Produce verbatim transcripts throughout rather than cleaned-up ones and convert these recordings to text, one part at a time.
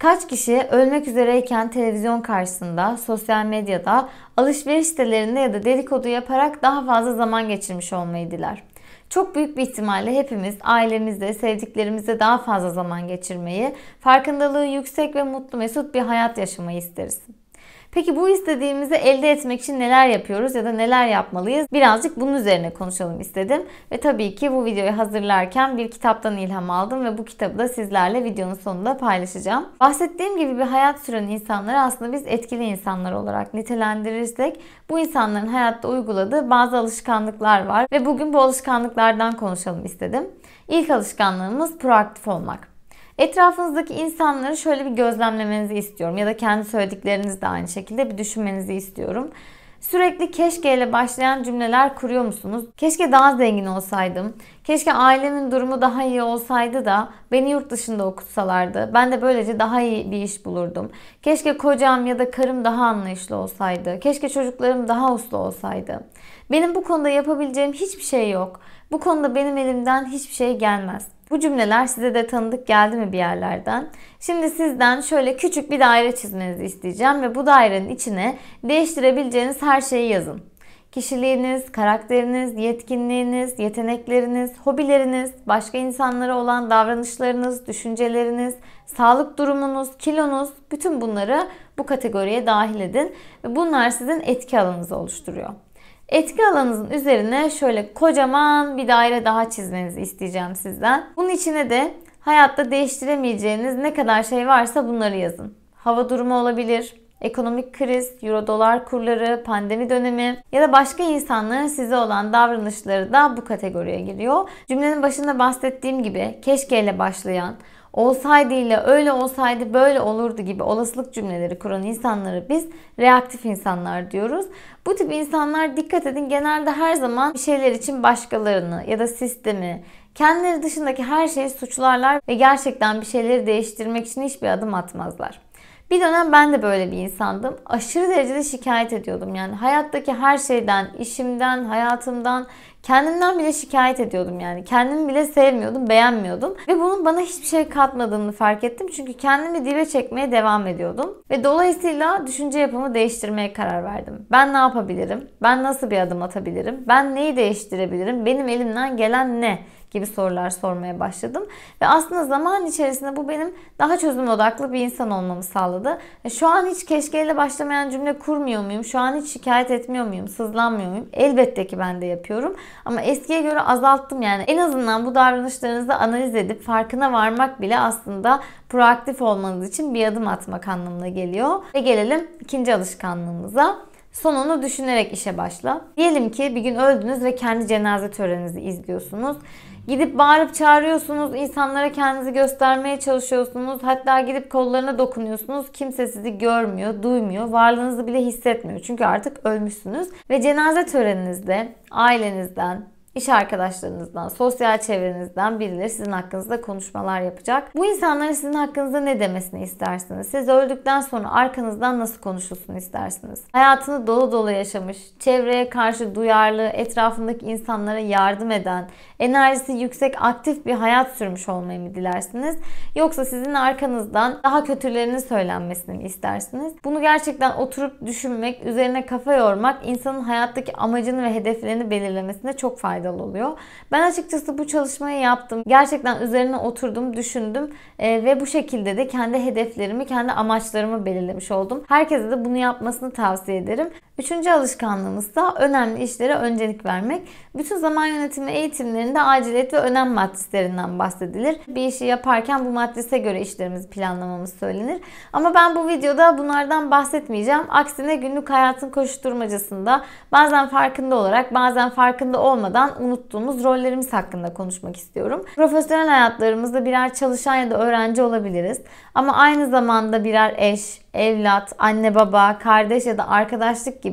Kaç kişi ölmek üzereyken televizyon karşısında, sosyal medyada, alışveriş sitelerinde ya da dedikodu yaparak daha fazla zaman geçirmiş olmayı diler? Çok büyük bir ihtimalle hepimiz ailemizle, sevdiklerimizle daha fazla zaman geçirmeyi, farkındalığı yüksek ve mutlu mesut bir hayat yaşamayı isteriz. Peki bu istediğimizi elde etmek için neler yapıyoruz ya da neler yapmalıyız? Birazcık bunun üzerine konuşalım istedim. Ve tabii ki bu videoyu hazırlarken bir kitaptan ilham aldım ve bu kitabı da sizlerle videonun sonunda paylaşacağım. Bahsettiğim gibi bir hayat süren insanları aslında biz etkili insanlar olarak nitelendirirsek bu insanların hayatta uyguladığı bazı alışkanlıklar var ve bugün bu alışkanlıklardan konuşalım istedim. İlk alışkanlığımız proaktif olmak. Etrafınızdaki insanları şöyle bir gözlemlemenizi istiyorum ya da kendi söylediklerinizi de aynı şekilde bir düşünmenizi istiyorum. Sürekli keşke ile başlayan cümleler kuruyor musunuz? Keşke daha zengin olsaydım. Keşke ailemin durumu daha iyi olsaydı da beni yurt dışında okutsalardı. Ben de böylece daha iyi bir iş bulurdum. Keşke kocam ya da karım daha anlayışlı olsaydı. Keşke çocuklarım daha uslu olsaydı. Benim bu konuda yapabileceğim hiçbir şey yok. Bu konuda benim elimden hiçbir şey gelmez. Bu cümleler size de tanıdık geldi mi bir yerlerden? Şimdi sizden şöyle küçük bir daire çizmenizi isteyeceğim ve bu dairenin içine değiştirebileceğiniz her şeyi yazın. Kişiliğiniz, karakteriniz, yetkinliğiniz, yetenekleriniz, hobileriniz, başka insanlara olan davranışlarınız, düşünceleriniz, sağlık durumunuz, kilonuz, bütün bunları bu kategoriye dahil edin ve bunlar sizin etki alanınızı oluşturuyor. Etki alanınızın üzerine şöyle kocaman bir daire daha çizmenizi isteyeceğim sizden. Bunun içine de hayatta değiştiremeyeceğiniz ne kadar şey varsa bunları yazın. Hava durumu olabilir, ekonomik kriz, euro dolar kurları, pandemi dönemi ya da başka insanların size olan davranışları da bu kategoriye giriyor. Cümlenin başında bahsettiğim gibi keşkeyle başlayan, olsaydı ile öyle olsaydı böyle olurdu gibi olasılık cümleleri kuran insanları biz reaktif insanlar diyoruz. Bu tip insanlar, dikkat edin, genelde her zaman bir şeyler için başkalarını ya da sistemi, kendileri dışındaki her şeyi suçlarlar ve gerçekten bir şeyleri değiştirmek için hiçbir adım atmazlar. Bir dönem ben de böyle bir insandım. Aşırı derecede şikayet ediyordum. Yani hayattaki her şeyden, işimden, hayatımdan, kendimden bile şikayet ediyordum yani. Kendimi bile sevmiyordum, beğenmiyordum. Ve bunun bana hiçbir şey katmadığını fark ettim. Çünkü kendimi dibe çekmeye devam ediyordum. Ve dolayısıyla düşünce yapımı değiştirmeye karar verdim. Ben ne yapabilirim? Ben nasıl bir adım atabilirim? Ben neyi değiştirebilirim? Benim elimden gelen ne? Gibi sorular sormaya başladım. Ve aslında zaman içerisinde bu benim daha çözüm odaklı bir insan olmamı sağladı. Şu an hiç keşkeyle başlamayan cümle kurmuyor muyum? Şu an hiç şikayet etmiyor muyum? Sızlanmıyor muyum? Elbette ki ben de yapıyorum. Ama eskiye göre azalttım yani. En azından bu davranışlarınızı analiz edip farkına varmak bile aslında proaktif olmanız için bir adım atmak anlamına geliyor. Ve gelelim ikinci alışkanlığımıza. Sonunu düşünerek işe başla. Diyelim ki bir gün öldünüz ve kendi cenaze töreninizi izliyorsunuz. Gidip bağırıp çağırıyorsunuz, insanlara kendinizi göstermeye çalışıyorsunuz. Hatta gidip kollarına dokunuyorsunuz. Kimse sizi görmüyor, duymuyor, varlığınızı bile hissetmiyor. Çünkü artık ölmüşsünüz. Ve cenaze töreninizde ailenizden, İş arkadaşlarınızdan, sosyal çevrenizden birileri sizin hakkınızda konuşmalar yapacak. Bu insanların sizin hakkınızda ne demesini istersiniz? Siz öldükten sonra arkanızdan nasıl konuşulsun istersiniz? Hayatını dolu dolu yaşamış, çevreye karşı duyarlı, etrafındaki insanlara yardım eden, enerjisi yüksek, aktif bir hayat sürmüş olmayı mı dilersiniz? Yoksa sizin arkanızdan daha kötülerinin söylenmesini mi istersiniz? Bunu gerçekten oturup düşünmek, üzerine kafa yormak insanın hayattaki amacını ve hedeflerini belirlemesine çok faydalı oluyor. Ben açıkçası bu çalışmayı yaptım. Gerçekten üzerine oturdum, düşündüm e, ve bu şekilde de kendi hedeflerimi, kendi amaçlarımı belirlemiş oldum. Herkese de bunu yapmasını tavsiye ederim. Üçüncü alışkanlığımız da önemli işlere öncelik vermek. Bütün zaman yönetimi eğitimlerinde aciliyet ve önem matrislerinden bahsedilir. Bir işi yaparken bu matrise göre işlerimizi planlamamız söylenir. Ama ben bu videoda bunlardan bahsetmeyeceğim. Aksine günlük hayatın koşuşturmacasında bazen farkında olarak, bazen farkında olmadan unuttuğumuz rollerimiz hakkında konuşmak istiyorum. Profesyonel hayatlarımızda birer çalışan ya da öğrenci olabiliriz. Ama aynı zamanda birer eş, evlat, anne baba, kardeş ya da arkadaşlık gibi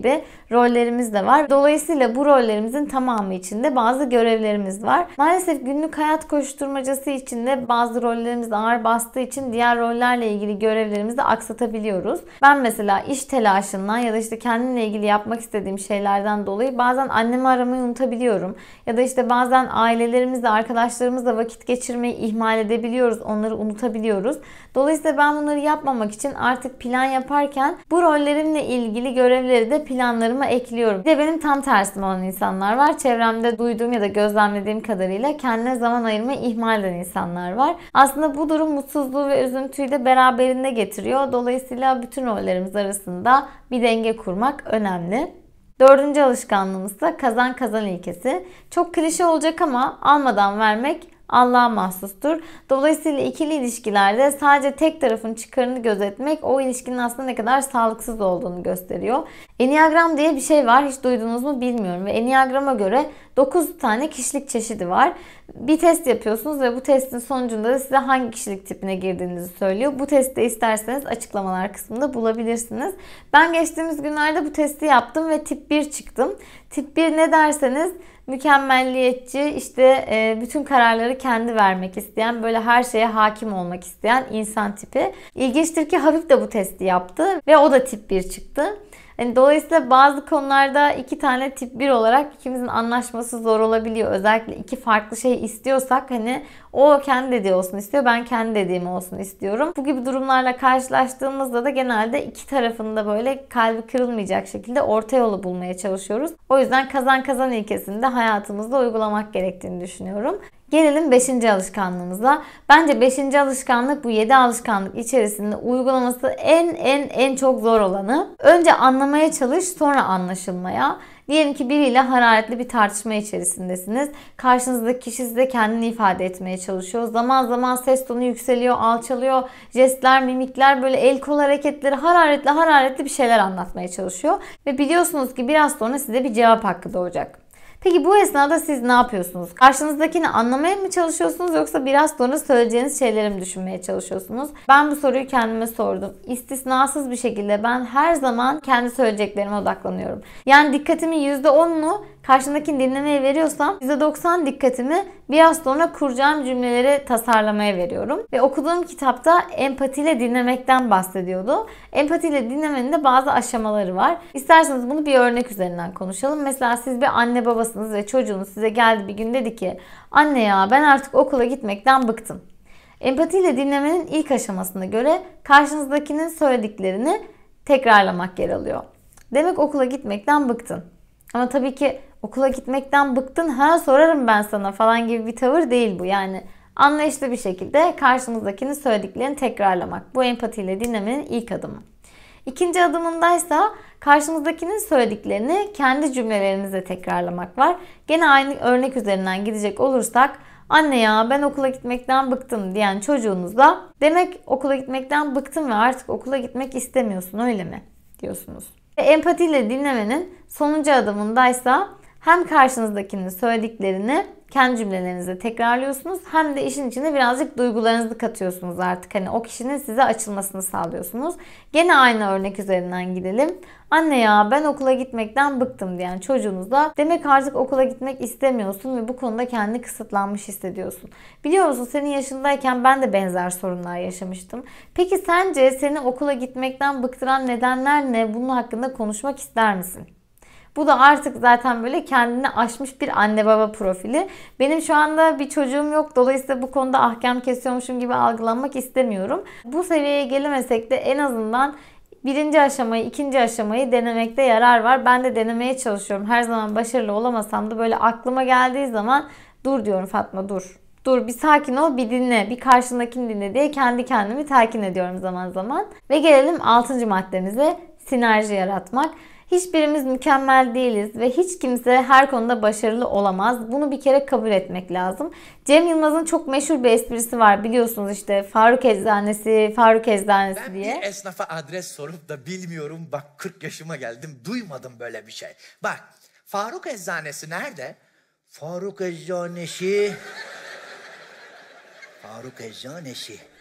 rollerimiz de var. Dolayısıyla bu rollerimizin tamamı içinde bazı görevlerimiz var. Maalesef günlük hayat koşturmacası içinde bazı rollerimiz ağır bastığı için diğer rollerle ilgili görevlerimizi aksatabiliyoruz. Ben mesela iş telaşından ya da işte kendimle ilgili yapmak istediğim şeylerden dolayı bazen annemi aramayı unutabiliyorum. Ya da işte bazen ailelerimizle, arkadaşlarımızla vakit geçirmeyi ihmal edebiliyoruz. Onları unutabiliyoruz. Dolayısıyla ben bunları yapmamak için artık plan yaparken bu rollerimle ilgili görevleri de planlarıma ekliyorum. Bir de benim tam tersim olan insanlar var. Çevremde duyduğum ya da gözlemlediğim kadarıyla kendine zaman ayırmayı ihmal eden insanlar var. Aslında bu durum mutsuzluğu ve üzüntüyü de beraberinde getiriyor. Dolayısıyla bütün rollerimiz arasında bir denge kurmak önemli. Dördüncü alışkanlığımız da kazan kazan ilkesi. Çok klişe olacak ama almadan vermek Allah'a mahsustur. Dolayısıyla ikili ilişkilerde sadece tek tarafın çıkarını gözetmek o ilişkinin aslında ne kadar sağlıksız olduğunu gösteriyor. Enneagram diye bir şey var. Hiç duydunuz mu bilmiyorum. Ve Enneagram'a göre dokuz tane kişilik çeşidi var. Bir test yapıyorsunuz ve bu testin sonucunda da size hangi kişilik tipine girdiğinizi söylüyor. Bu testi de isterseniz açıklamalar kısmında bulabilirsiniz. Ben geçtiğimiz günlerde bu testi yaptım ve tip bir çıktım. Tip bir ne derseniz mükemmelliyetçi, işte bütün kararları kendi vermek isteyen, böyle her şeye hakim olmak isteyen insan tipi. İlginçtir ki Habib de bu testi yaptı ve o da tip bir çıktı. Yani dolayısıyla bazı konularda iki tane tip bir olarak ikimizin anlaşması zor olabiliyor. Özellikle iki farklı şey istiyorsak hani o kendi dediği olsun istiyor, ben kendi dediğim olsun istiyorum. Bu gibi durumlarla karşılaştığımızda da genelde iki tarafın da böyle kalbi kırılmayacak şekilde orta yolu bulmaya çalışıyoruz. O yüzden kazan kazan ilkesini de hayatımızda uygulamak gerektiğini düşünüyorum. Gelelim beşinci alışkanlığımıza. Bence beşinci alışkanlık bu yedi alışkanlık içerisinde uygulaması en en en çok zor olanı. Önce anlamaya çalış, sonra anlaşılmaya. Diyelim ki biriyle hararetli bir tartışma içerisindesiniz. Karşınızdaki kişi size kendini ifade etmeye çalışıyor. Zaman zaman ses tonu yükseliyor, alçalıyor. Jestler, mimikler, böyle el kol hareketleri hararetli hararetli bir şeyler anlatmaya çalışıyor. Ve biliyorsunuz ki biraz sonra size bir cevap hakkı doğacak. Peki bu esnada siz ne yapıyorsunuz? Karşınızdakini anlamaya mı çalışıyorsunuz yoksa biraz sonra söyleyeceğiniz şeyleri mi düşünmeye çalışıyorsunuz? Ben bu soruyu kendime sordum. İstisnasız bir şekilde ben her zaman kendi söyleyeceklerime odaklanıyorum. Yani dikkatimin yüzde onunu karşımdakini dinlemeye veriyorsam yüzde doksan dikkatimi biraz sonra kuracağım cümleleri tasarlamaya veriyorum. Ve okuduğum kitapta empatiyle dinlemekten bahsediyordu. Empatiyle dinlemenin de bazı aşamaları var. İsterseniz bunu bir örnek üzerinden konuşalım. Mesela siz bir anne babasınız ve çocuğunuz size geldi bir gün dedi ki anne ya ben artık okula gitmekten bıktım. Empatiyle dinlemenin ilk aşamasına göre karşınızdakinin söylediklerini tekrarlamak yer alıyor. Demek okula gitmekten bıktın. Ama tabii ki okula gitmekten bıktın, ha sorarım ben sana falan gibi bir tavır değil bu. Yani anlayışlı bir şekilde karşımızdakinin söylediklerini tekrarlamak. Bu empatiyle dinlemenin ilk adımı. İkinci adımındaysa karşımızdakinin söylediklerini kendi cümlelerinizle tekrarlamak var. Gene aynı örnek üzerinden gidecek olursak anne ya ben okula gitmekten bıktım diyen çocuğunuzla demek okula gitmekten bıktım ve artık okula gitmek istemiyorsun öyle mi diyorsunuz. Ve empatiyle dinlemenin sonuncu adımındaysa hem karşınızdakinin söylediklerini kendi cümlelerinizle tekrarlıyorsunuz hem de işin içine birazcık duygularınızı katıyorsunuz artık. Hani o kişinin size açılmasını sağlıyorsunuz. Gene aynı örnek üzerinden gidelim. Anne ya ben okula gitmekten bıktım diyen çocuğunuzla demek artık okula gitmek istemiyorsun ve bu konuda kendini kısıtlanmış hissediyorsun. Biliyor musun senin yaşındayken ben de benzer sorunlar yaşamıştım. Peki sence seni okula gitmekten bıktıran nedenler ne? Bunun hakkında konuşmak ister misin? Bu da artık zaten böyle kendini aşmış bir anne baba profili. Benim şu anda bir çocuğum yok. Dolayısıyla bu konuda ahkam kesiyormuşum gibi algılanmak istemiyorum. Bu seviyeye gelemesek de en azından birinci aşamayı, ikinci aşamayı denemekte yarar var. Ben de denemeye çalışıyorum. Her zaman başarılı olamasam da böyle aklıma geldiği zaman dur diyorum Fatma dur. Dur bir sakin ol, bir dinle, bir karşındakini dinle diye kendi kendimi telkin ediyorum zaman zaman. Ve gelelim altıncı maddemize, sinerji yaratmak. Hiçbirimiz mükemmel değiliz ve hiç kimse her konuda başarılı olamaz. Bunu bir kere kabul etmek lazım. Cem Yılmaz'ın çok meşhur bir esprisi var biliyorsunuz işte Faruk Eczanesi, Faruk Eczanesi ben diye. Ben bir esnafa adres sorup da bilmiyorum bak kırk yaşıma geldim duymadım böyle bir şey. Bak Faruk Eczanesi nerede? Faruk Eczanesi. Faruk Eczanesi.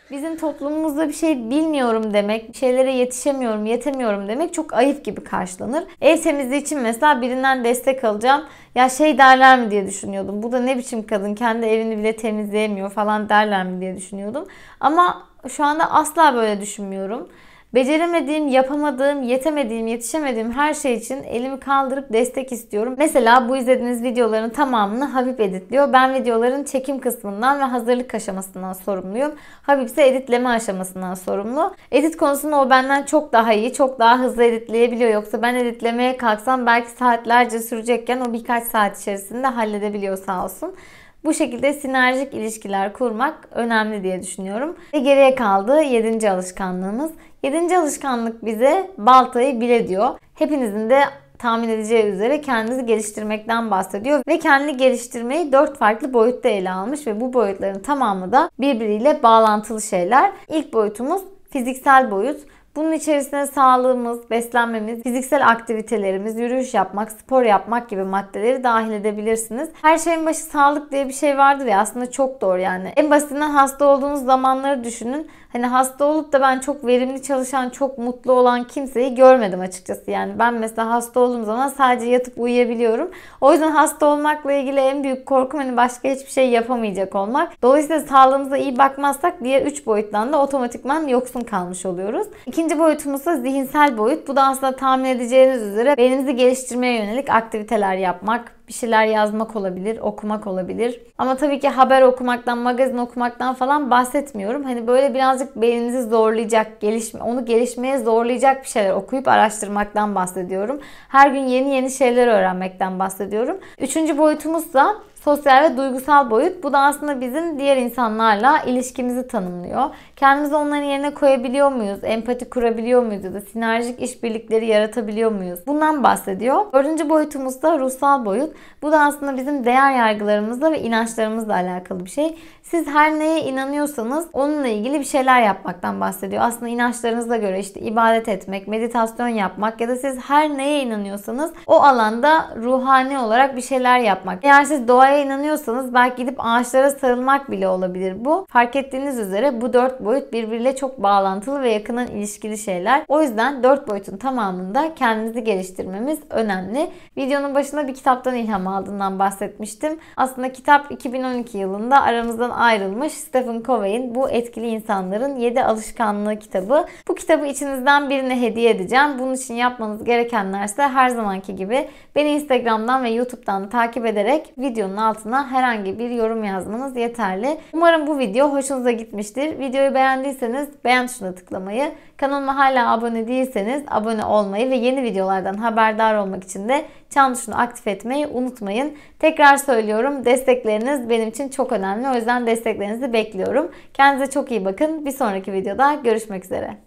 Bizim toplumumuzda bir şey bilmiyorum demek, bir şeylere yetişemiyorum, yetemiyorum demek çok ayıp gibi karşılanır. Ev temizliği için mesela birinden destek alacağım. Ya şey derler mi diye düşünüyordum. Bu da ne biçim kadın, kendi evini bile temizleyemiyor falan derler mi diye düşünüyordum. Ama şu anda asla böyle düşünmüyorum. Beceremediğim, yapamadığım, yetemediğim, yetişemediğim her şey için elimi kaldırıp destek istiyorum. Mesela bu izlediğiniz videoların tamamını Habib editliyor. Ben videoların çekim kısmından ve hazırlık aşamasından sorumluyum. Habib ise editleme aşamasından sorumlu. Edit konusunda o benden çok daha iyi, çok daha hızlı editleyebiliyor. Yoksa ben editlemeye kalksam belki saatlerce sürecekken o birkaç saat içerisinde halledebiliyor sağ olsun. Bu şekilde sinerjik ilişkiler kurmak önemli diye düşünüyorum. Ve geriye kaldı yedinci alışkanlığımız. Yedinci alışkanlık bize baltayı bile diyor. Hepinizin de tahmin edeceği üzere kendinizi geliştirmekten bahsediyor. Ve kendini geliştirmeyi dört farklı boyutta ele almış ve bu boyutların tamamı da birbiriyle bağlantılı şeyler. İlk boyutumuz fiziksel boyut. Bunun içerisine sağlığımız, beslenmemiz, fiziksel aktivitelerimiz, yürüyüş yapmak, spor yapmak gibi maddeleri dahil edebilirsiniz. Her şeyin başı sağlık diye bir şey vardır ya, aslında çok doğru yani. En basitinden hasta olduğunuz zamanları düşünün. Hani hasta olup da ben çok verimli çalışan, çok mutlu olan kimseyi görmedim açıkçası. Yani ben mesela hasta olduğum zaman sadece yatıp uyuyabiliyorum. O yüzden hasta olmakla ilgili en büyük korkum hani başka hiçbir şey yapamayacak olmak. Dolayısıyla sağlığımıza iyi bakmazsak diğer üç boyuttan da otomatikman yoksun kalmış oluyoruz. İkinci boyutumuz da zihinsel boyut. Bu da aslında tahmin edeceğiniz üzere beynimizi geliştirmeye yönelik aktiviteler yapmak, bir şeyler yazmak olabilir, okumak olabilir. Ama tabii ki haber okumaktan, magazin okumaktan falan bahsetmiyorum. Hani böyle birazcık beyninizi zorlayacak, gelişme, onu gelişmeye zorlayacak bir şeyler okuyup araştırmaktan bahsediyorum. Her gün yeni yeni şeyler öğrenmekten bahsediyorum. Üçüncü boyutumuzsa sosyal ve duygusal boyut. Bu da aslında bizim diğer insanlarla ilişkimizi tanımlıyor. Kendimizi onların yerine koyabiliyor muyuz? Empati kurabiliyor muyuz? Ya da sinerjik işbirlikleri yaratabiliyor muyuz? Bundan bahsediyor. Dördüncü boyutumuz da ruhsal boyut. Bu da aslında bizim değer yargılarımızla ve inançlarımızla alakalı bir şey. Siz her neye inanıyorsanız onunla ilgili bir şeyler yapmaktan bahsediyor. Aslında inançlarınıza göre işte ibadet etmek, meditasyon yapmak ya da siz her neye inanıyorsanız o alanda ruhani olarak bir şeyler yapmak. Eğer siz doğaya inanıyorsanız belki gidip ağaçlara sarılmak bile olabilir bu. Fark ettiğiniz üzere bu dört boyut birbiriyle çok bağlantılı ve yakından ilişkili şeyler. O yüzden dört boyutun tamamında kendinizi geliştirmemiz önemli. Videonun başında bir kitaptan ilham aldığından bahsetmiştim. Aslında kitap iki bin on iki yılında aramızdan ayrılmış Stephen Covey'in Bu Etkili İnsanların yedi Alışkanlığı kitabı. Bu kitabı içinizden birine hediye edeceğim. Bunun için yapmanız gerekenler ise her zamanki gibi beni Instagram'dan ve YouTube'dan takip ederek videonun altına herhangi bir yorum yazmanız yeterli. Umarım bu video hoşunuza gitmiştir. Videoyu beğendiyseniz beğen tuşuna tıklamayı, kanalıma hala abone değilseniz abone olmayı ve yeni videolardan haberdar olmak için de çan tuşunu aktif etmeyi unutmayın. Tekrar söylüyorum, destekleriniz benim için çok önemli. O yüzden desteklerinizi bekliyorum. Kendinize çok iyi bakın. Bir sonraki videoda görüşmek üzere.